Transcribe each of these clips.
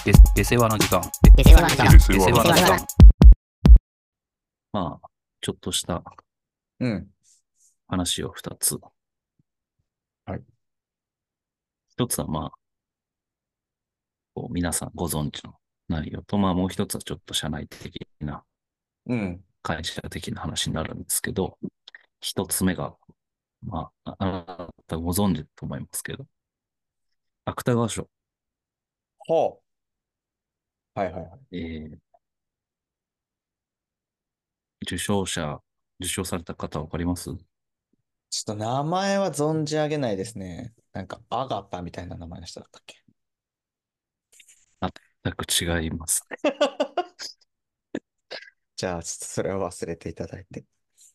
で世話の時間。 で世話の時間。 で世話の時間。まあ、ちょっとしたうん。 話を二つ。 はい。 一つはまあ、こう皆さんご存知の内容と、まあもう一つはちょっと社内的な、 うん。 会社的な話になるんですけど、一つ目が、まあ、あなたご存知と思いますけど、芥川賞、 ほう。はいはいはい。 えー受賞者、受賞された方わかります？ ちょっと名前は存じ上げないですね。なんか、アガタみたいな名前の人だったっけ？ 全く違いますね。 じゃあ、ちょっとそれは忘れていただいて。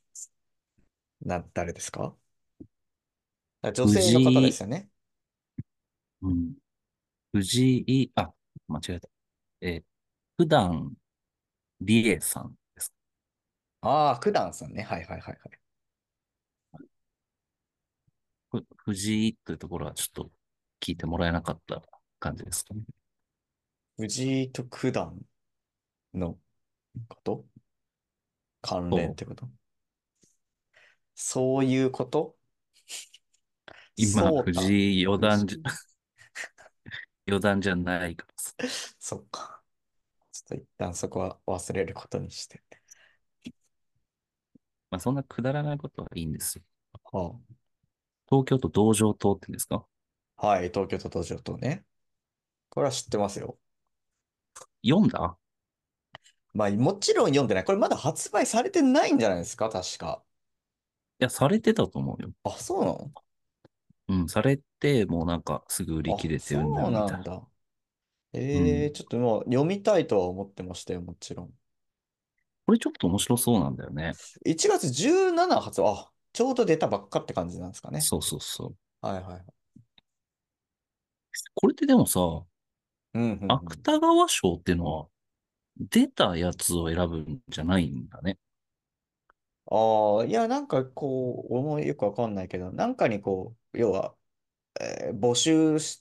誰ですか？女性の方藤井、 ですよね。 うん、藤井、間違えた。普段理恵さんです。 ああ、九段さんね。はいはいはいはい。 藤井というところはちょっと聞いてもらえなかった感じですかね。 藤井と九段のこと関連っそう。 てこと？そういうこと？ 今、 そうた。 藤井藤井。 四段じゃないからさ。 そっか。ちょっと一旦そこは忘れることにして。 まあ、そんなくだらないことはいいんですよ。 は東京都道場島って言うんですか？ あ、はい、東京都東上とね。これは知ってますよ。 読んだ？ まあ、もちろん読んでない。これまだ発売されてないんじゃないですか、確か。 いや、されてたと思うよ。 あ、そうなの？ うん、されて、もうなんかすぐ売り切あ、 れてうんぬそうんみたいな。 なんだ。 うん。 ちょっともう読みたいとは思ってましたよ、もちろん。 これちょっと面白そうなんだよね。 1月17発、ちょうど出たばっかって感じなんですかね。 そうそうそう。 はいはいはい。 これってでもさ、 うん、うん、うん。 芥川賞っていうのは出たやつを選ぶんじゃないんだね。 ああ、いや、なんかこう、俺もよくわかんないけど、なんかにこう、要は、募集して、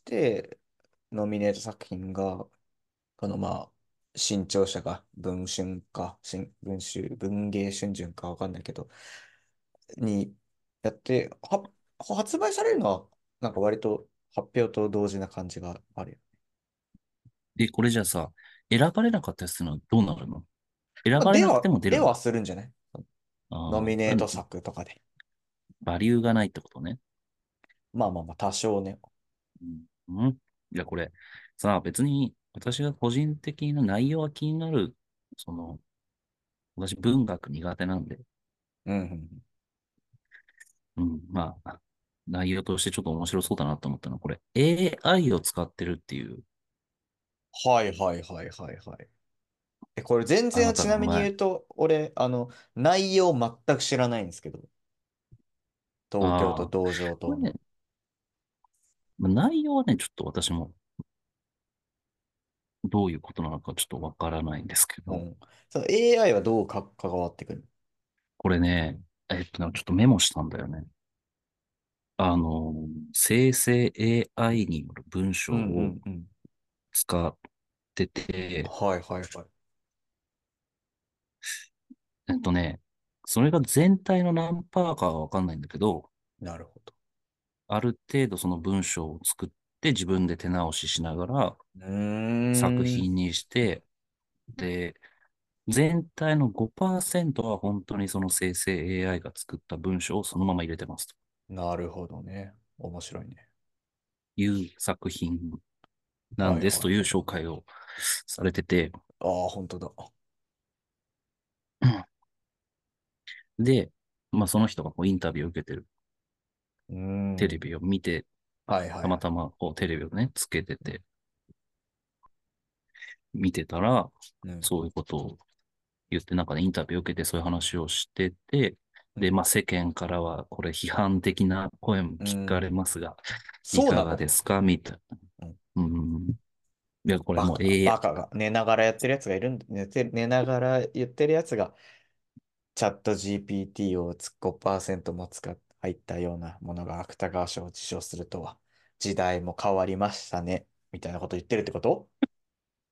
ノミネート作品が、まあ、新潮社か、文春か、文春、文芸春秋かわかんないけど、にやって、発売されるのは、なんか割と発表と同時な感じがあるよ。 で、これじゃあさ、選ばれなかったやつってのはどうなるの？選まあ、 ばれなくても出るの？ 出はするんじゃない？ノああー、それ、 ミネート作とかで。 バリューがないってことね。 まあまあまあ、多少ね。 うん。うん。いや、これ、さあ、別に、私が個人的な内容は気になる、その、私文学苦手なんで、 うん、うん。 うん、まあ、内容としてちょっと面白そうだなと思ったのは、これ、AI を使ってるっていう、 はいはいはいはいはい。これ全然多ちなみに分前、 言うと、俺、内容全く知らないんですけど、東京都ああ、 道場これね、 島の。 まあ内容はね、ちょっと私もどういうことなのかちょっとわからないんですけど、 うん。その AI はどう関わってくる？ これね、ちょっとメモしたんだよね。生成 AI による文章うんうをんうん。 使ってて、 はいはいはい。 えっとね、それが全体の何パーかはわかんないんだけど、 なるほど。 ある程度その文章を作って自分で手直ししながらうーん。 作品にして、で、全体の5%は本当にその生成 AI が作った文章をそのまま入れてますとなるほどね。面白いね。 いう作品なんはいですというはいはい。 紹介をされてて、 ああ、本当だ。 で、まあその人がこうインタビューを受けてるうーテレビん。 を見て、 はいはいはい。 たまたまこうテレビをね、つけてて、見てたら、 うん。 そういうことを言って、なんかね、インタビューを受けてそういう話をしてて、で、 うん。 まあ世間からはこれ批判的な声もう聞かれん。 ますが、いかがそうなの？ ですかみたいな。 うん。 うん。いや、これもうバカが。寝ながらやってるやつがいるんだ。寝ながら言ってるやつが、チャット GPT を5%も入ったようなものが芥川賞を受賞するとは、時代も変わりましたね。みたいなこと言ってるってこと？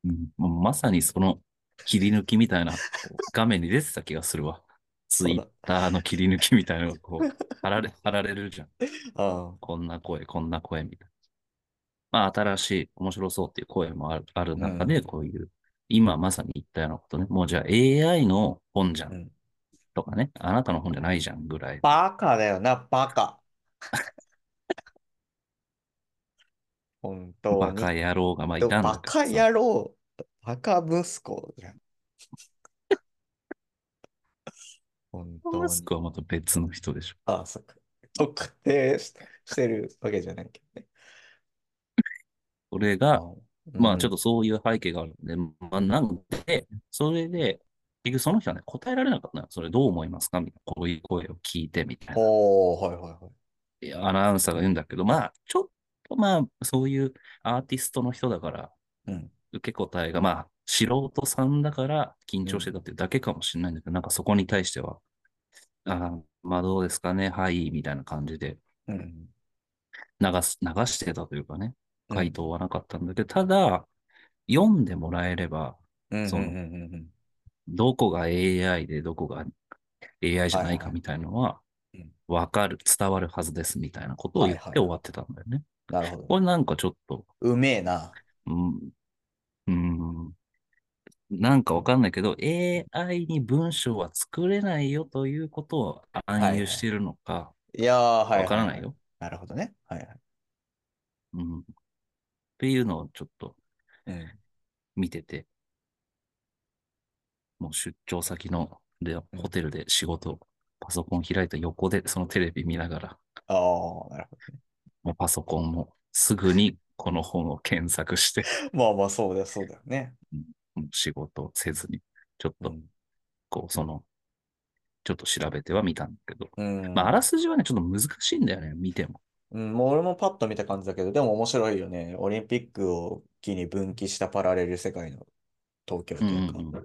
うん、もうまさにその切り抜きみたいな、こう画面に出てた気がするわ。ツイッそうだ。 ターの切り抜きみたいなのがこう、貼られるじゃん。 あこんな声、こんな声みたいな。まあ、新しい、面白そうっていう声もあるう中で、 ん。 こういう、今まさに言ったようなことね。もうじゃあ AI の本じゃんうん。 とかね。あなたの本じゃないじゃんぐらい。 バカだよな、バカ。本当バカに。 野郎がまあいたんだバカけどさ。 野郎。バカ息子じゃん。本当に。 マスクはまた別の人でしょ。 ああ、そっか。特定してるわけじゃないけどね。 それが、 あうまあちょっん。 とそういう背景があるんで、まあなんで、それで、結局その人はね、答えられなかったのよ。それどう思いますかみたいな。こういう声を聞いてみたいな。 おー、はいはいはい。 いやアナウンサーが言うんだけど、まあちょっとまあそういうアーティストの人だから、 うん。 受け答えがまあ素人さんだから緊うん。 張してたっていうだけかもしれないんだけど、なんかそこに対しては、まあどうですかね、はい、みたいな感じでうん。 流してたというかね、 うん。 回答はなかったんだけど、ただ、読んでもらえれば、 うん。うん。うん。 その、 うん。 どこが AI でどこが AI じゃはいはい。 ないかみたいのは、 うん。 わかる、伝わるはずですみたいなことを言っはいはいはい。 て終わってたんだよね。 なるほどね。 これなんかちょっと、 うめえな。 うん、うん、なんかわかんないけど、AI に文章は作れないよということを暗はいはい。 喩しているのか、 いやー、はわいはいはい。 からないよ。 なるほどね。はいはい。 うん。っていうのをちょっとうん。 見てて、もう出張先のうん。 ホテルで仕事、パソコン開いた横でそのテレビ見ながら、 ああ、なるほどね。 もうパソコンもすぐにこの本を検索して、 まあまあ、そうだよ、そうだよね。 仕事せずに、ちょっと、 うん。 こう、ちょっと調べてはみたんだけど、 うまあ、あらん。 すじはね、ちょっと難しいんだよね、見ても。 うん、もう俺もパッと見た感じだけど、でも面白いよね。オリンピックを機に分岐したパラレル世界の東京うんというか。 うんうん。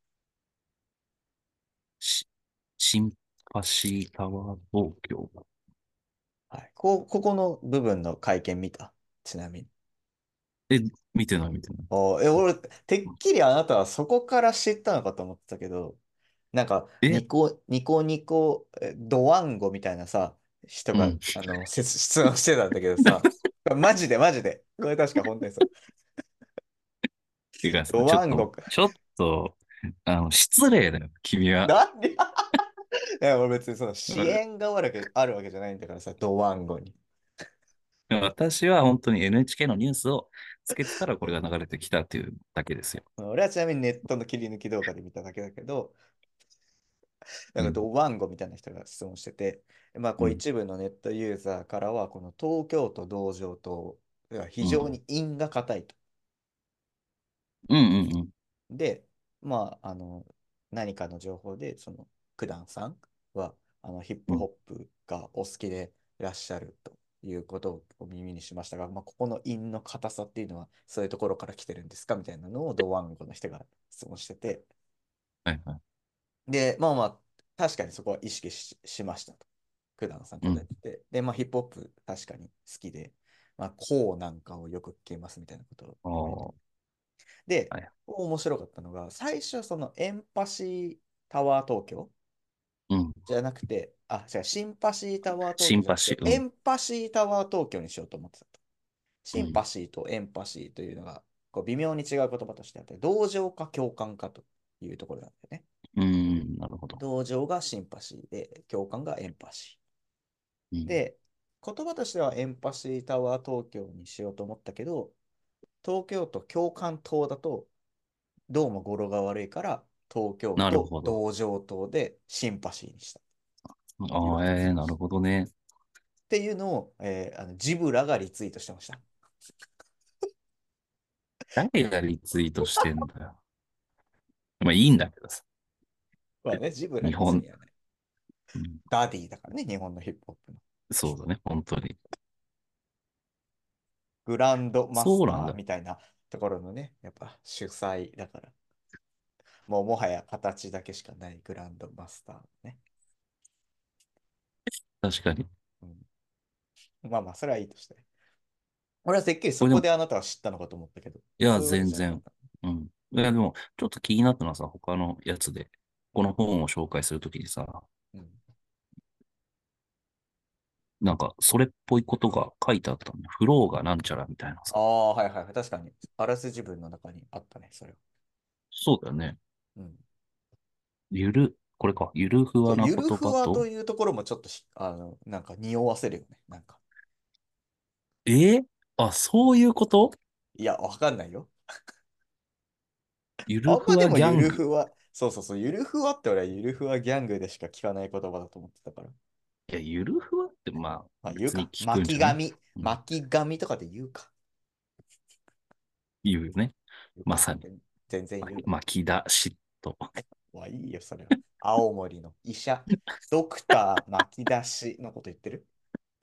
しシンパシータワー東京。 はい。ここの部分の会見見たちなみに。 え、見てない見てない。 俺、てっきりあなたはそこから知ったのかと思ってたけど、なんか、 え、 ニコ、ドワンゴみたいなさ、人が、 うん。 質問してたんだけどさ、マジでマジで。これ確か本当にそう。 てかさ、 ドワンゴか。 ちょっと、失礼だよ、君は。 なんでいや、俺別にその支援があるわけじゃないんだからさ、ドワンゴに。 私は本当に NHK のニュースをつけてたらこれが流れてきたっていうだけですよ。 俺はちなみにネットの切り抜き動画で見ただけだけど、なんかうん。 ドワンゴみたいな人が質問してて、まあこうん。 う一部のネットユーザーからは、この東京都同城と非うん。 常に因が固いと。 うんうんうん。 で、まあ、何かの情報で、九段さんは、ヒップホップがお好きでいらっしゃるということを耳にしましたが、まあ、ここの因の硬さっていうのは、そういうところから来てるんですかみたいなのを、ドワンゴの人が質問してて、 はいはい。 で、まあまあ、確かにそこは意識しましたと。九段さんうん。 答えてて。で、まあ、ヒップホップ確かに好きで、まあ、こうなんかをよく聞きますみたいなことをあ言われて。 あ、 で、 はい。 面白かったのが、最初、エンパシータワー東京うん。 じゃなくて、違う、シンパシータワー東シンパシー、 京じゃなくて、 うん。 エンパシータワー東京にしようと思ってたと。シンうん。 パシーとエンパシーというのが、こう微妙に違う言葉としてあって、同情か共感かというところなんだよね。 うん。なるほど。 同情がシンパシーで、共感がエンパシー。 うん。 で、言葉としてはエンパシータワー東京にしようと思ったけど、東京都共感島だとどうも語呂が悪いから、東京なる都ほど。 同情党でシンパシーにしたというああ、 話なるほどね。 っていうのを、ジブラがリツイートしてました。 誰がリツイートしてんだよ。まあいいんだけどさ。 まあね、ジブラ日本、 別にはね、 うん、 ダディだからね、日本のヒップホップの。 そうだね、本当に。 グランドマスタそうなんだ。 ーみたいなところのね、やっぱ主催だから、もうもはや形だけしかないグランドマスターね。 確かに。 うん、まあまあ、それはいいとして。俺はてっきりそこれでも、 こであなたは知ったのかと思ったけど、 いや、 そういうわけ全然。 じゃなかった。 うん。いや、でも、ちょっと気になったのはさ、他のやつで、この本を紹介するときにさ、 うん。 なんか、それっぽいことが書いてあったんだよ。フローがなんちゃらみたいなさ。 ああ、はいはいはい。確かに。あらすじ文の中にあったね、それは。 そうだよね。 うん。 これか。ゆるふそう、 わなゆるふわと言葉と、 いうところもちょっとなんか匂わせるよね。なんか。 えーあ、そういうこと？ いや、わかんないよ。 ゆるふわあんまでもゆギャング。 るふわ、そうそうそう、ゆるふわって俺はゆるふわギャングでしか聞かない言葉だと思ってたから。 いや、ゆるふわって、まあ、 まあ言うか。 別に聞くんじゃない？ 巻き髪。 うん。 巻き髪とかで言うか。 言うよね。 言うか。 まさに。 全然言うわ。 巻き出しと。 いいよ、それは。青森の医者、ドクター巻き出しのこと言ってる。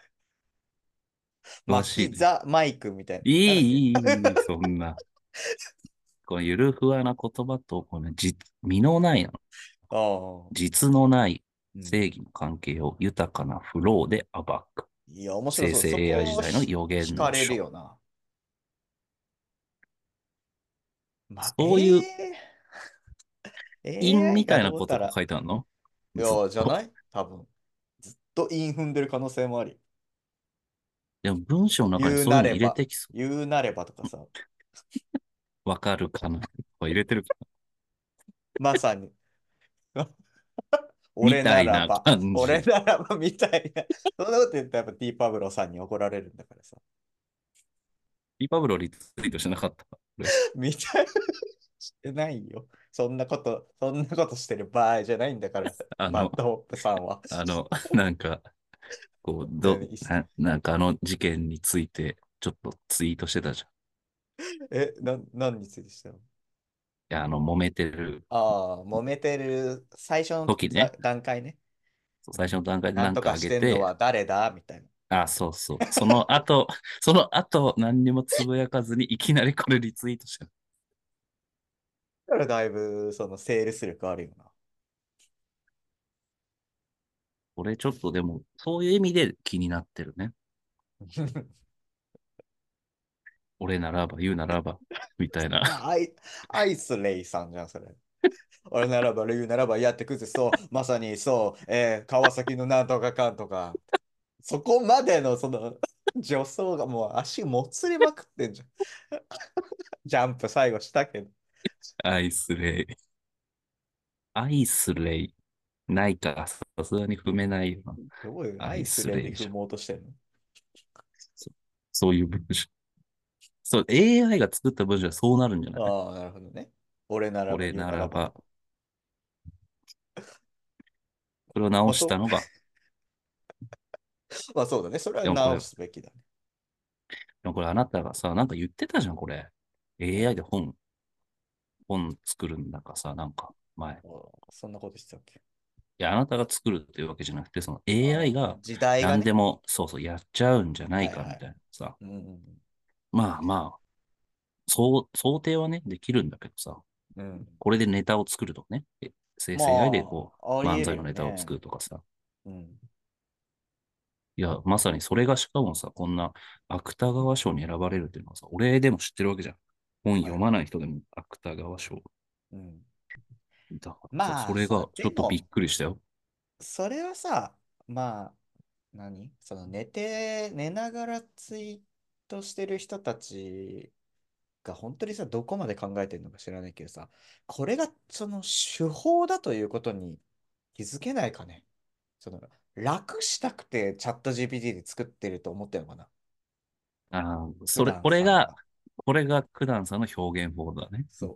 詳しいね。 巻きザマイクみたいな。 いなんだっけ？ い、いい、いい、そんな。このゆるふわな言葉と、この身のないの、 ああ。 実のないうん。 正義の関係を豊かなフローで暴く。 いや、面白そう。そ生成 AI 時こを代の予惹かれる言の書。 よな。 そういう韻 AI がみたいなどうたら。 ことが書いてあるの？ずっいや、じゃなと。 い多分。ずっと韻踏んでる可能性もあり。 でも文章の中に言うそういうの入れなれば、 てきそ言うなればとかさ。 う。わかるかな入れてるかなまさに。 み俺たいなならば、 感じ。 俺ならばみたいな。そんなこと言ったらやっぱ T パブロさんに怒られるんだからさ。 リパブロリツイートしなかった。これみたいな。してないよ。そんなことしてる場合じゃないんだから、 あの、 マッドホップさんは。 なんか、こう、 何なんかあの事件について、ちょっとツイートしてたじゃん。い何についてしたの？ や、揉めてるああ、揉めてる最初の時ね、 段階ね。 最初の段階でなんかなんとか上げて、 してんのは誰だみたいな。 あ、そうそう。その後、何にもつぶやかずにいきなりこれリツイートした。 だからだいぶそのセールス力あるよな。 これちょっとでも、そういう意味で気になってるね。俺ならば、言うならば、みたいな。 アイスレイさんじゃん、それ。俺ならば、言うならばやってくぜ、そう、まさにそう、川崎のなんとかかんとか。そこまでのその助走がもう足もつれまくってんじゃん。ジャンプ最後したけど。 アイスレイ。アイスレイ。ないか、さすがに踏めないよな。 どういうアアイイススレイじゃん。 レイで踏もうとしてんの？ そそういう文章。そう、AI が作った文章はそうなるんじゃない？ ああ、なるほどね。俺ならば俺言うならば。 ならば、これを直まあ、 したのが、 まあそうだね。それはでもこれ、 直ですべきだね。 もこれあなたがさ、なんか言ってたじゃん、これ。AI で本作るんだかさ、なんか前。いそんなことしてたっけ？ や、あなたが作るっていうわけじゃなくて、そのあ AI あ、 が時代がね。 何でも、そうそう、やっちゃうんじゃないはいはい。 かみたいなさ。 うんうんまあまあ、想定はね、できるんだけどさ、 うん。うん。 これでネタを作るとかね、生ま成 AI でこあ、あう、 りえる漫才のネタをよね。 作るとかさ。 うん。 いや、まさにそれがしかもさ、こんな芥川賞に選ばれるっていうのはさ、俺でも知ってるわけじゃん。本はいはい。 読まない人でも芥川賞うん。 だからさ、そまあさ、 れがちょっとびっでも、 くりしたよ。 それはさ、まあ、その寝ながらツイートしてる人たちが本当にさ、どこまで考えてるのか知らないけどさ、これがその手法だということに気づけないかね。その楽したくてチャット GPT で作ってると思ってるのかな。 ああ、 普段これが、 さんは。 九段さんの表現法だね。 そ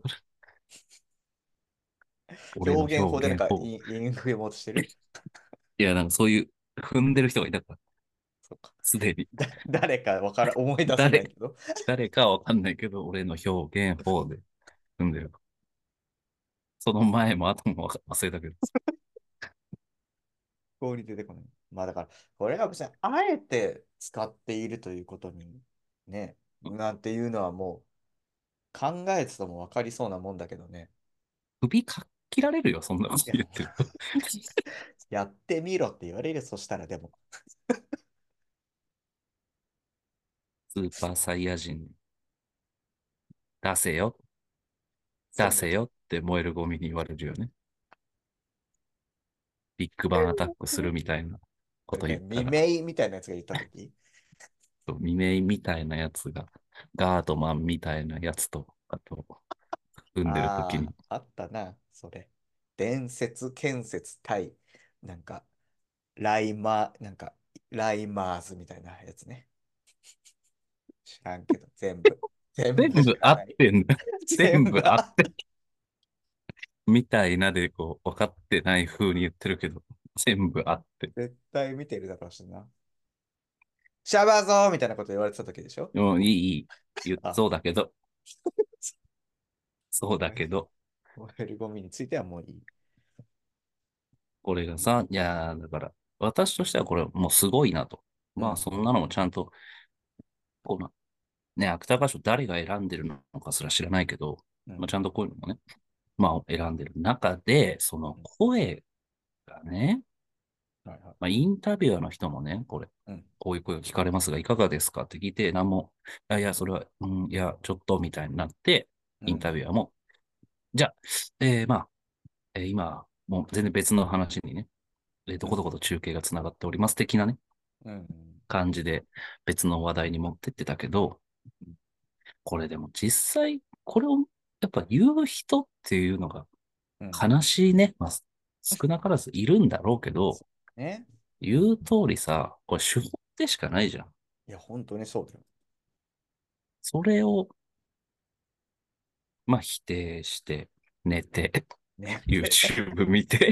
う。 俺の表現法でなんか表現法。 インフレもとしてる。 いや、なんかそういう踏んでる人がいたから、 そっか。 すでに。 誰か思い出せな誰、 いけど。 誰かはわかんないけど、俺の表現法で踏んでる。その前も後も忘れたけど。 ここに出てこない。まあだから、これが別にあえて使っているということに、ね、なんていうのはもう考えてても分かりそうなもんだけどね。 首かっ切られるよ、そんなこといや、 言ってると。 やってみろって言われるよ、そしたらでも。 スーパーサイヤ人出せよ。 そんな、 出せよって燃えるゴミに言われるよね。ビッグバンアタックするみたいなこと言った未ら、 明みたいなやつが言ったとき、 未明みたいなやつが、ガードマンみたいなやつと、あと、組んでるときに、 ああ、あったな、それ。伝説建設対、なんか、なんか、ライマーズみたいなやつね。知らんけど、全部。全部全部合知らない。 ってんだ。全部全部、 合ってみたいなで、こう、分かってない風に言ってるけど、全部合ってる。 絶対見てるだろうしな。シャバーゾーみたいなこと言われてた時でしょ？ もういい、いい。 あ、 そうだけど、そうだ燃えけど、 燃えるゴミについてはもういい。 これがさ、いやー、だから、私としてはこれもうすごいなと。まあ、 うん、 そんなのもちゃんと、このね、芥川賞誰が選んでるのかすら知らないけど、 うん、 まあ、ちゃんとこういうのもね、まあ、選んでる中で、そのうん。 声がね、 はいはい。 まあ、インタビュアーの人もね、これ、 うん、 こういう声を聞かれますが、いかがですかって聞いて、何も、いや、それは、いや、ちょっと、みたいになって、インうん、 タビュアーも、じゃあ、まあ、今、もう全然別の話にね、どうん、 こどこと中継がつながっております、的なね、 うん。 感じで、別の話題に持ってってたけど、これでも実際、これを、やっぱ言う人っていうのがうん。 悲しいね。まあ、少なからずいるんだろうけど、 ね。 言う通りさ、これ手法でしかないじゃん。 いや、本当にそうだよ。 それを、まあ、否定して、寝て、 ね。 YouTube 見て、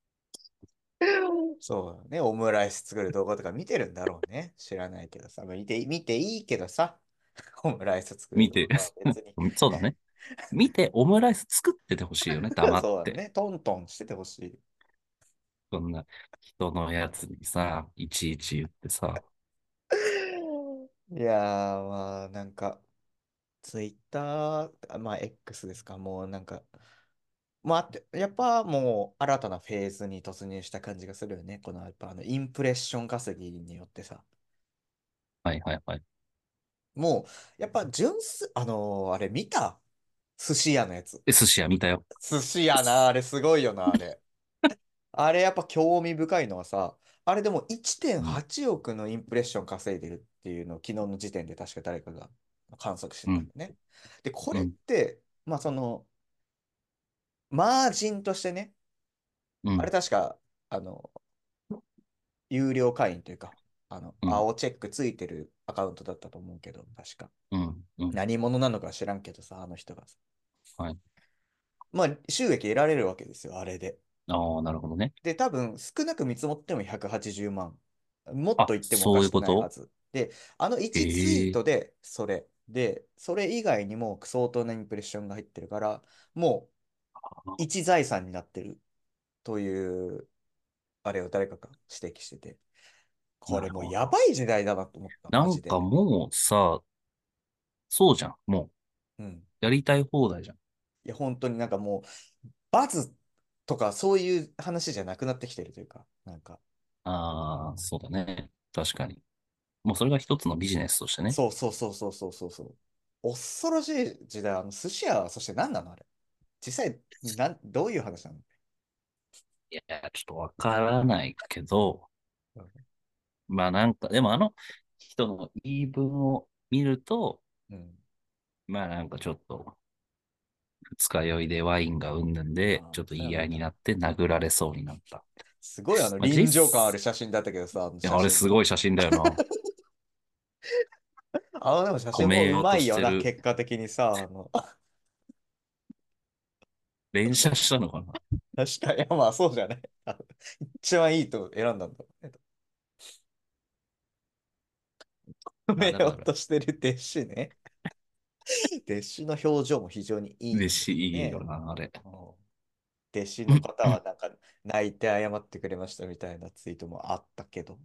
そうだね。オムライス作る動画とか見てるんだろうね。知らないけどさ。見ていいけどさ。オムライス作る見て、 動画は別に。 そうだね。見て、オムライス作っててほしいよね、黙って。 そうだね。トントンしててほしい。 そんな人のやつにさ、いちいち言ってさ、 いやー、まあ、なんか、ツイッター、まあ、X ですか、もうなんか、まあ、やっぱもう新たなフェーズに突入した感じがするよね。このやっぱインプレッション稼ぎによってさ。 はいはいはい。 もう、やっぱあれ見た？寿司屋のやつ。 寿司屋見たよ。 寿司屋な、あれすごいよな、あれ。あれやっぱ興味深いのはさ、あれでも1.8 うん、 億のインプレッション稼いでるっていうのを昨日の時点で確か誰かが観測してうん、 たんだよね。で、これっうん、 て、まあその、マージンとしてね、あれうん、 確か、あの、有料会員というか、 うん、 青チェックついてるアカウントだったと思うけど、確か。 うん、うん。 何者なのか知らんけどさ、あの人がさ。 はい。 まあ、収益得られるわけですよ、あれで。 ああ、なるほどね。 で、多分、少なく見積もっても180万。もっとあ、 言ってもおかしくそういうことないはず。で、あの1ツイーええトで、それ。で、それ以外にも相当なインプレッションが入ってるから、もう一財産になってるという、あれを誰かが指摘してて、こなれるほど。 もうやばい時代だなと思った、 なんかマジで。 もうさ、そうじゃん。もう、 うん。 やりたい放題じゃん。 いや、本当になんかもう、バズとかそういう話じゃなくなってきてるというか、なんか、 ああ、そうだね。確かに。もうそれが一つのビジネスとしてね。 そうそうそうそうそうそうそう。恐ろしい時代、寿司屋は、そして何なのあれ。実際、どういう話なの？ いや、ちょっとわからないけど、 うん。 まあなんか、でもあの人の言い分を見ると、 うん。 まあなんかちょっと、二日酔いでワインがうんぬんで、 ああ、 ちょっと言い合いそうなんだ。 になって殴られそうになった。 すごいまあ臨場感ある写真だったけどさ、あのいや、あれす写真も。 ごい写真だよな。 でも写真もう止めようとまいよな、 してる。 結果的にさ、 連射したのかな。 確かに、いやまあそうじゃない。一番いいと選んだんだろうね。止まあ、 めようだから、 としてる弟子ね。弟子の表情も非常にいいんです嬉しいよね。 な、あれ。 うん。弟子の方はなんか泣いて謝ってくれましたみたいなツイートもあったけど。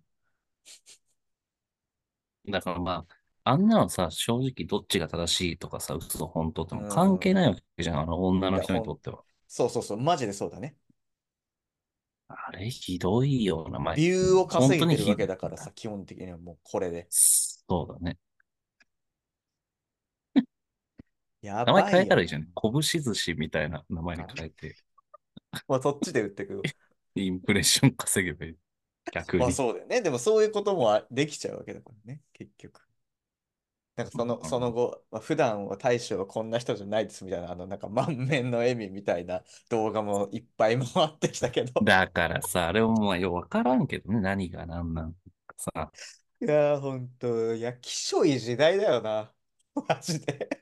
だからまあ、あんなのさ、正直どっちが正しいとかさ、嘘本当ってうも関係ん。 ないわけじゃん、あの女のいや、 人にとっては。 そうそうそう、マジでそうだね。 あれひどいよな、まあ、 ビューを本稼げてるわ当にけだからさ、基本的にはもうこれで。 そうだね。 や名前ばいよな。 変えたらいいじゃん。拳寿司みたいな名前にあ、 変えて、 まあ、そっちで売ってくよ。 インプレッション稼げばいい。逆まあに。 そうだよね。でもそういうこともできちゃうわけだからね、結局。なんかその後、まあ、普段は大将はこんな人じゃないですみたいな、なんか満面の笑みみたいな動画もいっぱい回ってきたけど。 だからさ、あれもまあよくわからんけどね。何が何なんかさ。 いやー、ほんと、いや、きしょい時代だよな。マジで。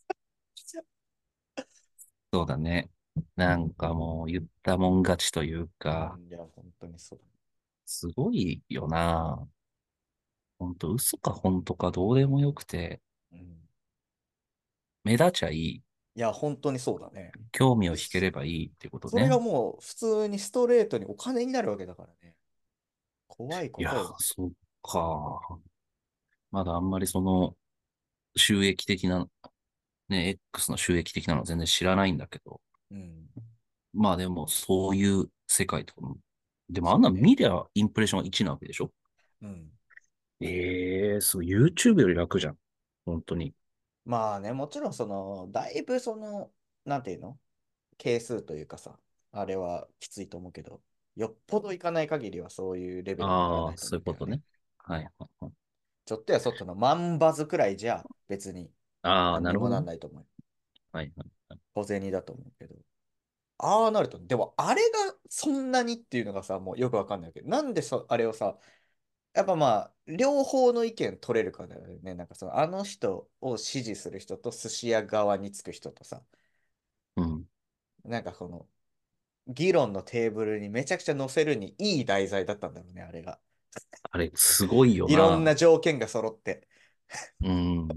そうだね。なんかもう言ったもん勝ちというか、 うん、いや、本当にそうだ。 すごいよな。ほんと嘘か本当かどうでもよくて、 うん、 目立ちゃいい。 いや、本当にそうだね。 興味を引けでればいいってことそれがね。 もう普通にストレートにお金になるわけだからね。怖いいや、 ことよ。 そっか。まだあんまりその収益的な、ね、X の収益的なのは全然知らないんだけど。 うん。 まあでもそういう世界とかも。でもあんなそうね。 見りゃインプレッションが1なわけでしょ？ うん。 ええ、そう、YouTube より楽じゃん。本当に。 まあね、もちろんだいぶなんていうの係数というかさ、あれはきついと思うけど、よっぽどいかない限りはそういうレベルにならああ、 ないと思うけどね。 そういうことね。はい。はいはい。 ちょっとやそっとの万バズくらいじゃ別にああ、 何にもなるほどね。 なんないと思うよ。 はいはいはい。 小銭だと思うけど。ああなると、でもあれがそんなにっていうのがさ、もうよくわかんないけど、なんであれをさ、やっぱまあ、両方の意見取れるからだよね。なんかあの人を支持する人と寿司屋側につく人とさ、 うん。 なんか議論のテーブルにめちゃくちゃ載せるにいい題材だったんだろうね、あれが。 あれ、すごいよいろんなな。 条件が揃って。 うん。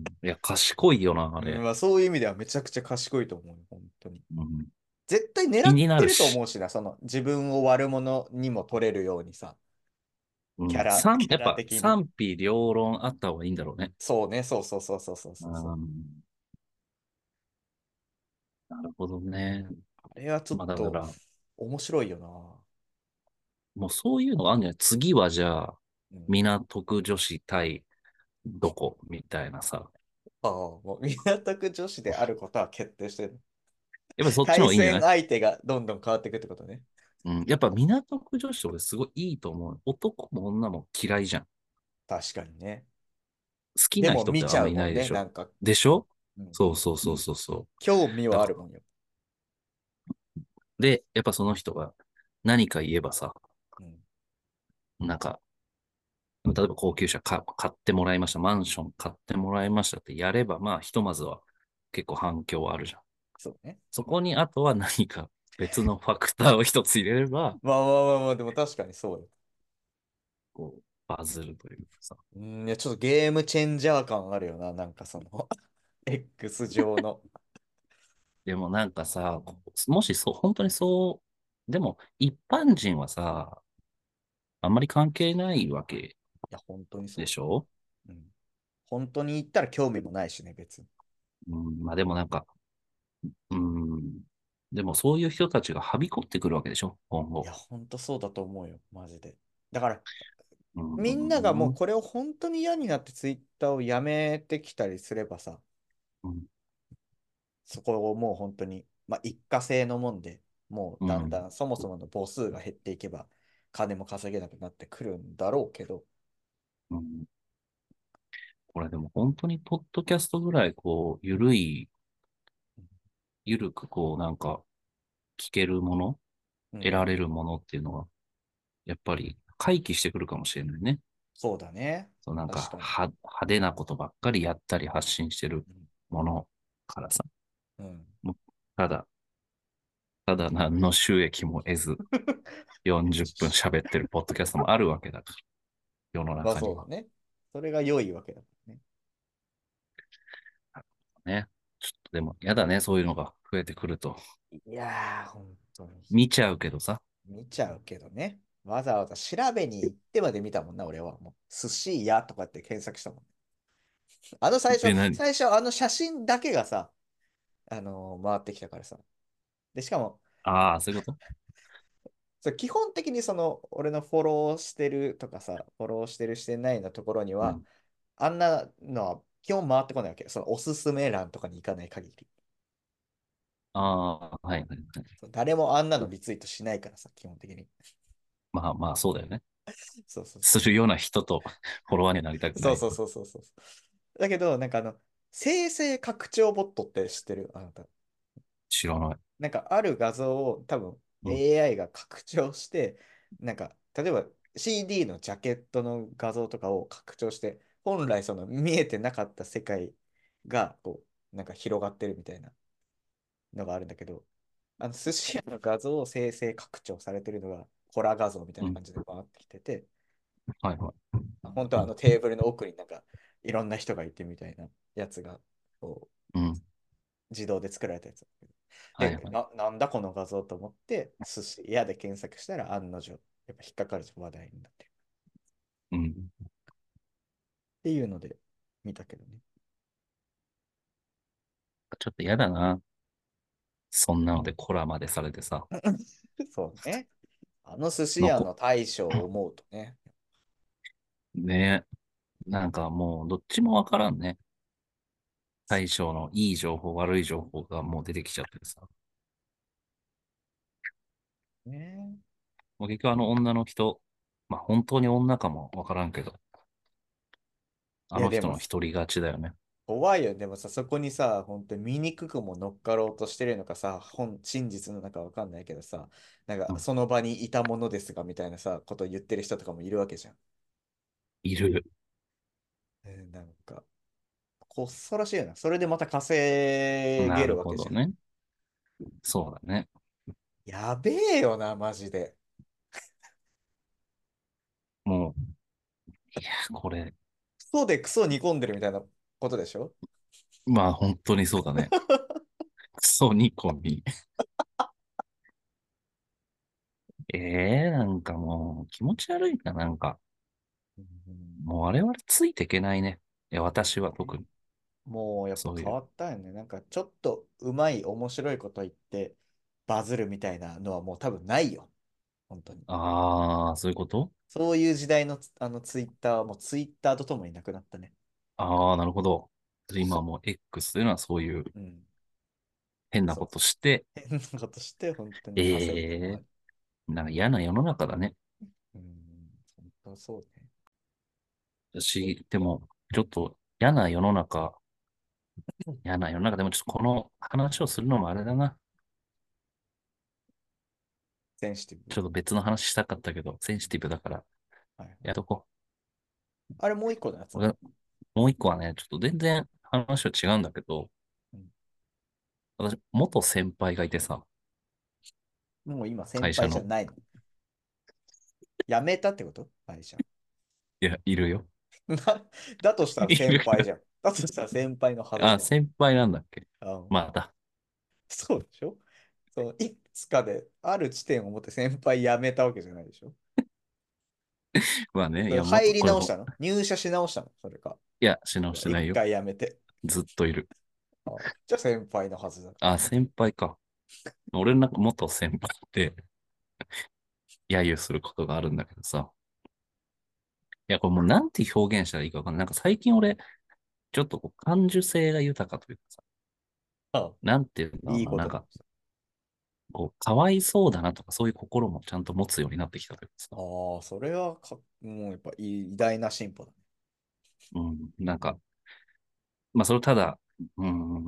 いや、賢いよな、あうん、 れ。 まあ、そういう意味ではめちゃくちゃ賢いと思うよ、本当に。 うん。 絶対狙気になってるとるし。 思うしな、自分を悪者にも取れるようにさ、 うん。やキャラっぱ的に。 賛否両論あった方がいいんだろうね。 そうね、そうそうそうそうそううそうそう。 ん。なるほどね。 あれはちょっまあだかとら、 面白いよな。 もうそういうのがあるんじゃない？次はじゃあ、 うん。 港区女子対どこみたいなさ。 ああ、もう港区女子であることは決定してる。 やっぱそっちの方対がいいんじゃない？ 戦相手がどんどん変わっていくってことね。 うん。やっぱ港区女子俺すごいいいと思う。男も女も嫌いじゃん。 確かにね。 好きでな人ってあんまも見ちゃうもんね、 いないでしょ。 なんか。 でしょ？ うん、 そうそうそうそうそう。 興味だかはあるもんよ。 で、やっぱその人が何か言えばさ、 うん、 なんか、例えば高級車買ってもらいました。マンション買ってもらいましたってやれば、まあ、ひとまずは結構反響はあるじゃん。 そうね。 そこにあとは何か別のファクターを一つ入れれば、 まあまあまあまあ、でも確かにそうよ。 こう、バズるというかさ。 うん、いや、ちょっとゲームチェンジャー感あるよな、なんかX 上の。 でもなんかさ、もしそう、本当にそう、でも一般人はさ、あんまり関係ないわけいや、本当にそうだよ。 でしょ？ うん。本当に言ったら興味もないしね、別に。 うん、まあでもなんか、うん、でもそういう人たちがはびこってくるわけでしょ今後。 いや、本当そうだと思うよ、マジで。だから、 うみんながもうん、 これを本当に嫌になってツイッターをやめてきたりすればさ、 うん、 そこをもう本当に、まあ、一過性のもんで、もううん、 だんだんそもそもの母数が減っていけば、金も稼げなくなってくるんだろうけど、 うん。これでも本当にポッドキャストぐらいこう、ゆるくこうなんか聞けるもの、 うん、 得られるものっていうのは、やっぱり回帰してくるかもしれないね。 そうだね。 そうなんか確かに。 派手なことばっかりやったり発信してるうん。 ものからさ、 うん、 もうただ、ただ何の収益も得ず40分喋ってるポッドキャストもあるわけだから、世のまあ中には。 そうだね。それが良いわけだからね。 ね。ちょっとでも、やだね、そういうのが増えてくると。 いやー、本当に。 見ちゃうけどさ。 見ちゃうけどね。わざわざ調べに行ってまで見たもんな、俺は。もう、寿司屋とかって検索したもん。 え、何？ 最初写真だけがさ、回ってきたからさ。で、しかも、 ああー、そういうこと？ 基本的に俺のフォローしてるとかさ、フォローしてるしてないのところには、 うん。 あんなのは基本回ってこないわけ。おすすめ欄とかに行かない限り。 ああ、はいはいはい。 そう誰もあんなのリツイートしないからさ、基本的に。 まあまあ、そうだよね。 そうそうそするような人とフォロワーにはなりたう。 くない。 そうそうそうそうそう。だけど、生成拡張ボットって知ってるあなた？ 知らない。 ある画像を多分うん。 AI が拡張して、例えば CD のジャケットの画像とかを拡張して、本来その見えてなかった世界が広がってるみたいなのがあるんだけど、寿司屋の画像を生成拡張されてるのがホラー画像みたいうん。 な感じでバーってきてて、 はいはい。 本当はテーブルの奥にいろんな人がいてみたいなやつがこうん。 自動で作られたやつ。で、 はいはい。 なんだこの画像と思って、寿司屋で検索したら案の定、やっぱ引っかかる話題になってる。 うん。 っていうので見たけどね。 ちょっと嫌だな。そんなのでコラまでされてさ。 そうね。寿司屋のこ、 の大将を思うとね。 ねえ。なんかもう、どっちもわからんね。対象のいい情報、悪い情報がもう出てきちゃってさ。 ね。 もう結局あの女の人、まあ本当に女かもわからんけど、 いや、であの人もの一人勝ちだよね。 怖いよ。でもさ、そこにさ、本当に醜くも乗っかろうとしてるのかさ、真実の中わかんないけどさ、 うん。 その場にいたものですが、みたいなさ、ことを言ってる人とかもいるわけじゃん。 いる。 恐ろしいよな。それでまた稼げなるるわけじゃん。 ほどね。そうだね。 やべえよな、マジで。 もう、いや、これ、 クソでクソ煮込んでるみたいなことでしょ？ まあ本当にそうだね。クソ煮込み。なんかもう気持ち悪いな、なんか。 うん。 もう我々ついていけないね。いや、 そう私はね。 特に、 もうやっぱそういう。 変わったよね。ちょっとうまい、面白いこと言ってバズるみたいなのはもう多分ないよ。本当に。 ああ、そういうこと。 そういう時代のツイッターはもうツイッターとともになくなったね。 ああー、なるほど。今そもう X というのはそういうう。うん。 変なこそうそう。 として、 変なことして本当に稼ぐとこええまで。 なんか嫌な世の中だね。 うん。本当そうね。 私、でも、ちょっと嫌な世の中、嫌な世の中でもちょっとこの話をするのもあれだな。 センシティブ。 ちょっと別の話したかったけど、センシティブだから、 はいはい。 やっとこあれもう一個のやつう。 なの？ もう一個はね、ちょっと全然話は違うんだけど、 うん。 私、元先輩がいてさ、 もう今先会社の。 輩じゃないの？辞めたってこと会社？ いや、いるよ。 なだとしたらいるか先輩じゃん。だとしたら先輩のはずら。あ、 じゃん。 先輩なんだっけ。 あ、 まだ。 そうでしょ？いつかである地点を持って先輩辞めたわけじゃないでしょ？ まあね、いや、 それ入りこれも、 直したの？入社し直したのそれか？ いや、し直してな一いよ。 回辞めて。 ずっといる。 じゃあ先輩のはずだ。 あ、先輩か。俺の中元先輩って揶揄することがあるんだけどさ。いや、これもうなんて表現したらいいかわかんない。なんか最近俺、ちょっとこう感受性が豊かというかさ、 あ、 なんていうんだろういいな、なんか、 ことだ。 こう、かわいそうだなとか、そういう心もちゃんと持つようになってきたというかさ。 ああ、それはもうやっぱ偉大な進歩だね。 うん、なんか、まあ、それただ、うん、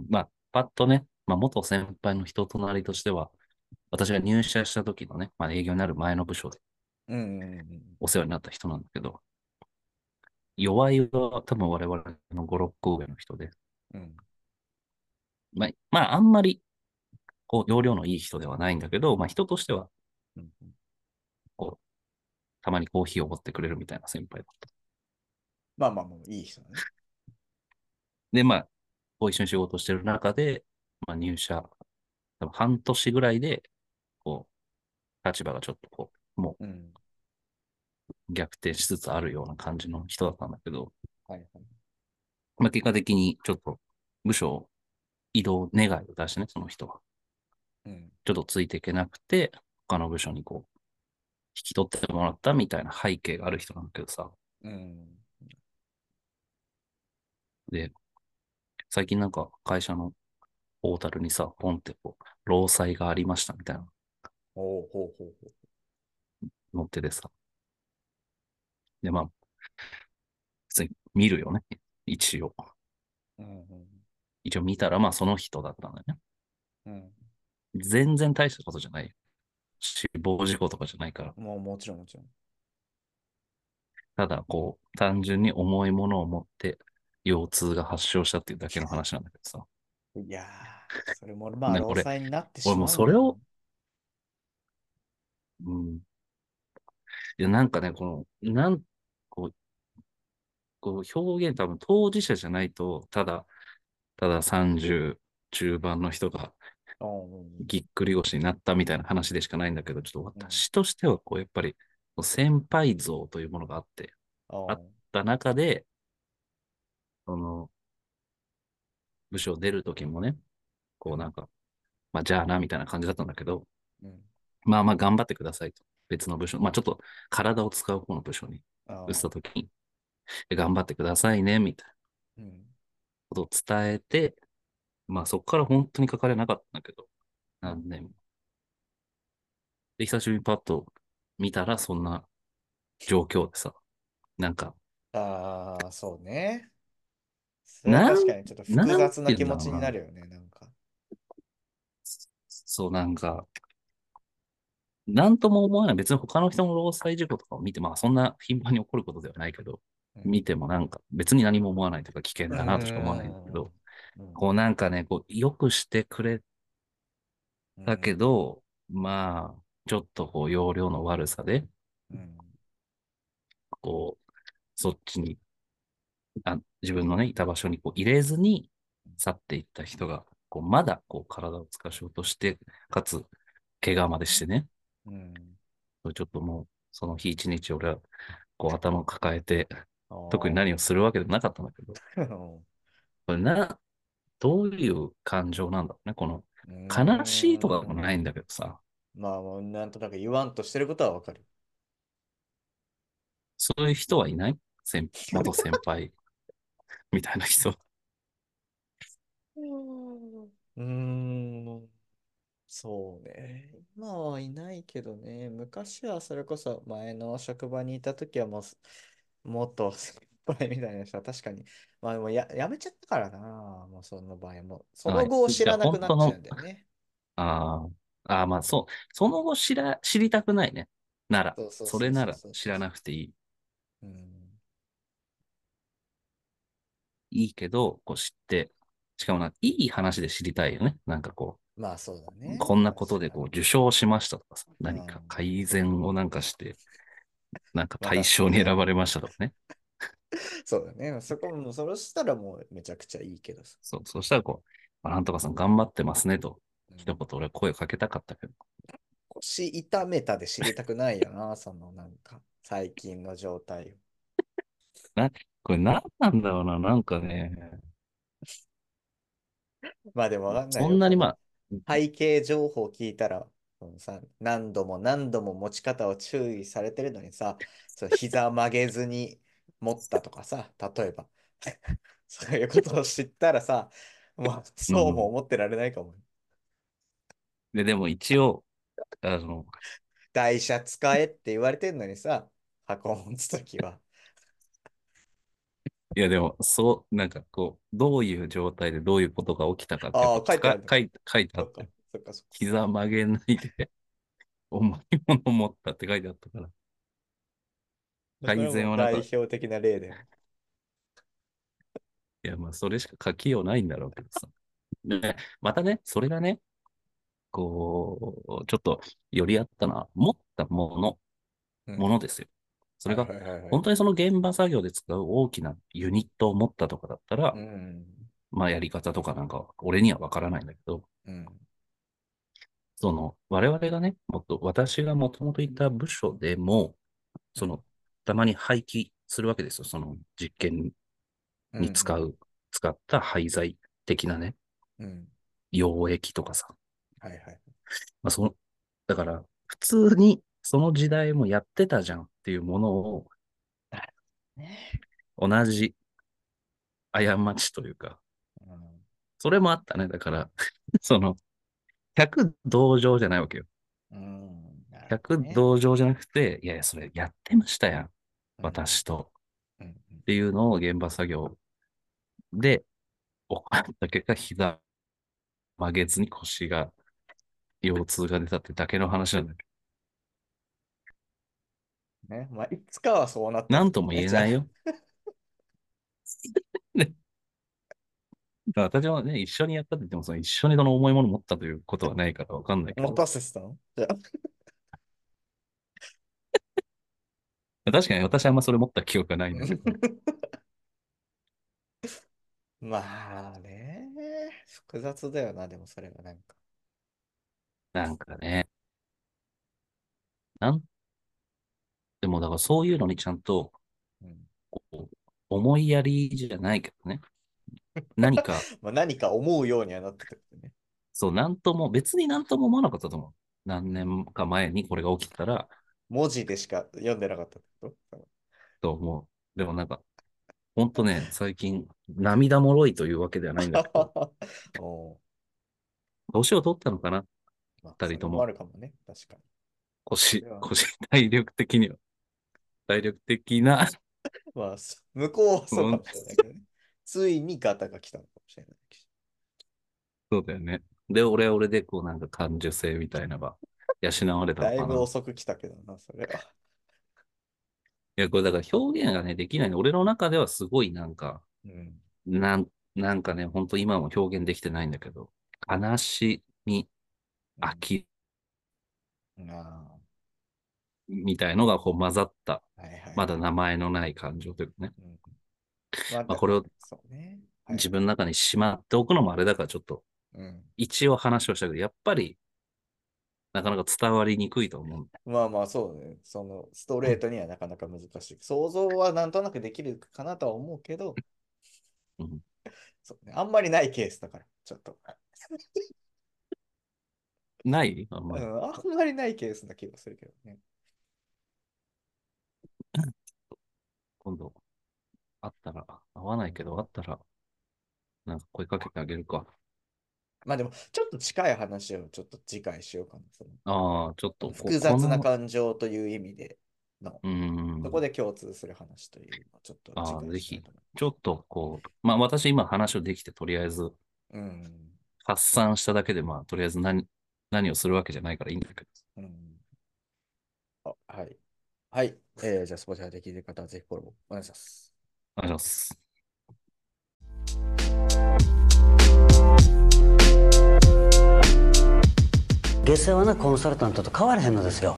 まあ、パッとね、まあ、元先輩の人となりとしては、私が入社した時のね、まあ、営業になる前の部署でうんうんお世話になった人なんだけど、弱いは多分我々の5、6個上の人で、 うんうん。 まあ、あんまり、こう、容量のいい人ではないんだけど、まあ、人としては、 うんうん。 こう、たまにコーヒーを持ってくれるみたいな先輩だった。 まあまあまあ、いい人だね。 で、まあ、こう一緒に仕事してる中で、まあ、入社、多分半年ぐらいで、こう、立場がちょっとこう、もうん。 う逆転しつつあるような感じの人だったんだけど、 はいはい。 まあ、結果的にちょっと部署移動願いを出してね、その人は。 うん。 ちょっとついていけなくて、他の部署にこう、引き取ってもらったみたいな背景がある人なんだけどさ。 うん。 で、最近なんか会社のポータルにさ、ポンってこう、労災がありましたみたいなおうほうほうほの載っててさ。で、まあ、普通に見るよね。一応。 う。うんうん一応見たら、まあその人だったんだよね。 うん。 全然大したことじゃない。死亡事故とかじゃないから。 もうもちろんもちろただ、こう、単純に重いものを持って腰痛が発症したっていうだけの話なんだけどさ。 ん。いやー、それもまあ、 ね、 労災になってし俺もうまうんだよな。 それを、うん。いや、なんかね、こう、こう表現多分当事者じゃないと、ただ30中盤の人がうんうんぎっくり腰になったみたいな話でしかないんだけど、ちょっとうん。 私としては、こう、やっぱり、先輩像というものがあって、あっうんた中で、その、部署を出るときもね、 うんこうなんか、まあ、じゃあな、みたいな感じだったんだけど、 うんまあまあ頑張ってくださいと。別の部署、まあちょっと体を使う方の部署に移っああ、 たときに、頑張ってくださいね、みたいなうん。 ことを伝えて、まあそこから本当に書かれなかったんだけど、 うん。 何年も。で、久しぶりにパッと見たら、そんな状況でさ、なんか、 ああ、そうね。それはなん、 確かにちょっと複なんて雑な気持ち言うんだろうな。 になるよね、なんか。 そう、なんか、なんとも思わない。別に他の人の労災事故とかを見て、まあそんな頻繁に起こることではないけど、 うん。 見てもなんか別に何も思わないというか危険うだなとしか思わないんだけん。 ど、 うん。 こうなんかね、こう、よくしてくれたけうん。 ど、まあ、ちょっとこう、容量の悪さで、 うん。 こう、そっちに、自分のね、いた場所にこう入れずに去っていった人が、こう、まだこう、体を使わしようとして、かつ、怪我までしてね、 うん。 ちょっともう、その日一日俺は、こう、頭を抱えて、 あ特に何をあ。 するわけでもなかったんだけど、これどういう感情なんだろうね。この、 うー悲しいとかもん。 ないんだけどさ、 まあ、もうなんとなく言わんとしてることはわかる。 そういう人はいない元先輩みたいな人。 うーん。そうね。今はいないけどね。昔はそれこそ前の職場にいた時はもっと先輩みたいな人は確かに。まあでもやめちゃったからな。もうその場合も。その後を知じゃあ、 らなくなっちゃう本当の、 んだよね。 あまあそう、その後知りたくないね。なら、 そうそうそれなそうそうら知らそうそう。 なくていい。 うん。 いいけど、こう知って、しかもいい話で知りたいよね。なんかこまあそうだう、 ね。 こんなことでこう確かに。 受賞しましたとかさ、何かうん。 改善をなんかして、なんか大まあ確か賞に選にね。 ばれましたとかね。 そうだね。そこも、それしたらもうめちゃくちゃいいけどさ。 そしたらこう、なんとかさん頑張ってますねと、 うん。 一言俺は声をかけたかったけど、 腰痛めたで知りたくないよな。そのなんか、最近の状態を。 な、これ何なんだろうな、なんかね、 まあでもわかんないよ。 そんなにまあ、 背景情報を聞いたら、そのさ、何度も何度も持ち方を注意されてるのにさ、その膝曲げずに持ったとかさ、例えば、そういうことを知ったらさ、もうそうもうん。 思ってられないかも。 でも一応、の、 台車使えって言われてんのにさ、箱を持つときは。 いやでも、そう、なんかこう、どういう状態でどういうことが起きたかってやっああ、書いてあぱるのか。 書いてあそっか、 って、 そっか、そっか。 膝曲げないで重いもの持ったって書いてあったから、改それはもう代善はなんか、 表的な例だよね。 いやまあそれしか書きようないんだろうけどさ。で、またね、それがね、こう、ちょっとよりあったのは、持ったうん。 ものですよ。それが、 はいはいはいはい。 本当にその現場作業で使う大きなユニットを持ったとかだったうら、 ん。 まあやり方とかなんか、俺にはわからないんだけど、 うん。 我々がね、私がもともといた部署でも、 うん。 たまに廃棄するわけですよ。その実験うん。うにん。 使った廃材的なね、 うん。 溶液とかさ。 はいはい。 まあ、だから、普通にその時代もやってたじゃんっていうものを、 なるほどね。 同じ過ちというか、 うん。 それもあったね。だから、その、100同情じゃないわけよ。 うん。なるほど 100 ね。 同情じゃなくて、いやいや、それやってましたやん。 うん。 私と。 うん。うん。 っていうのを現場作業で行った結果、膝曲げずに腰が、腰痛が出たってだけの話なんだけね。まあ、いつかはそうなっど。なんともたってことね。じゃあ、 言えないよ。ね、私はね、一緒にやったって言っても、その一緒にその重いもの持ったということはないからわかんないけど、 持たせてたのじゃあ。 確かに私はあんまそれ持った記憶がないんだけど、 まあね。複雑だよな、でもそれはなんか。 なんかね、なんでもだからそういうのにちゃんと、 うん。 こう、思いやりじゃないけどね、何か、 まあ何か思うようにはなってたけどね。 そう、なんとも、別になんとも思わなかったと思う。何うん。 年か前にこれが起きたら、 文字でしか読んでなかったってこと？ と思う。でもなんか、ほんとね、最近、涙もろいというわけではないんだけど、 おー、 年を取ったのかな、 まあ、それもあ二人とも。 るかもね。確かに。それはね。 体力的には、体力的な、 まあ、向こうはそううん、 かもしれないけどね。ついにガタが来たのかもしれないし。 そうだよね。で、俺は俺で、こうなんか感受性みたいなのが養われたのだいかな。 ぶ遅く来たけどな、それは。 いや、これだから表現がね、できないの。俺の中ではすごいなんか、 うん。 なんかね、本当今も表現できてないんだけど、悲しみ、 うん。 飽きあみたいのがこう混ざった、 あ、はいはいはい。 まだ名前のない感情というかね。 うん。まあ、 まあ、これをそうね。はい。 自分の中にしまっておくのもあれだからちょっと、 うん。 一応話をしたけど、やっぱりなかなか伝わりにくいと思う。 まあまあ、そうね。その、ストレートにはなかなか難しい。想像はなんとなくできるかなとは思うけど、 うん、 そうね。あんまりないケースだから、ちょっと。 ないあんまり。 うん、あんまりないケースな気がするけどね。 今度、会ったら、会わないけど、会ったら、なんか声かけてあげるか。 まあでも、ちょっと近い話をちょっと次回しようかな。 ああ、ちょっと、 複雑な感情という意味での、 うーん、 そこで共通する話というのをちょっと次ああ、ぜひ、 回したいと思いちょっとこう、まあ私今話をできて、とりあえずます。うん。 発散しただけで、まあとりあえず何をするわけじゃないからいいんだけど。 うん。はい。はい。じゃあ、スポーツで聞いてる方はぜひフォローお願いします。 お願いします。 下世話なコンサルタントと変わらへんのですよ。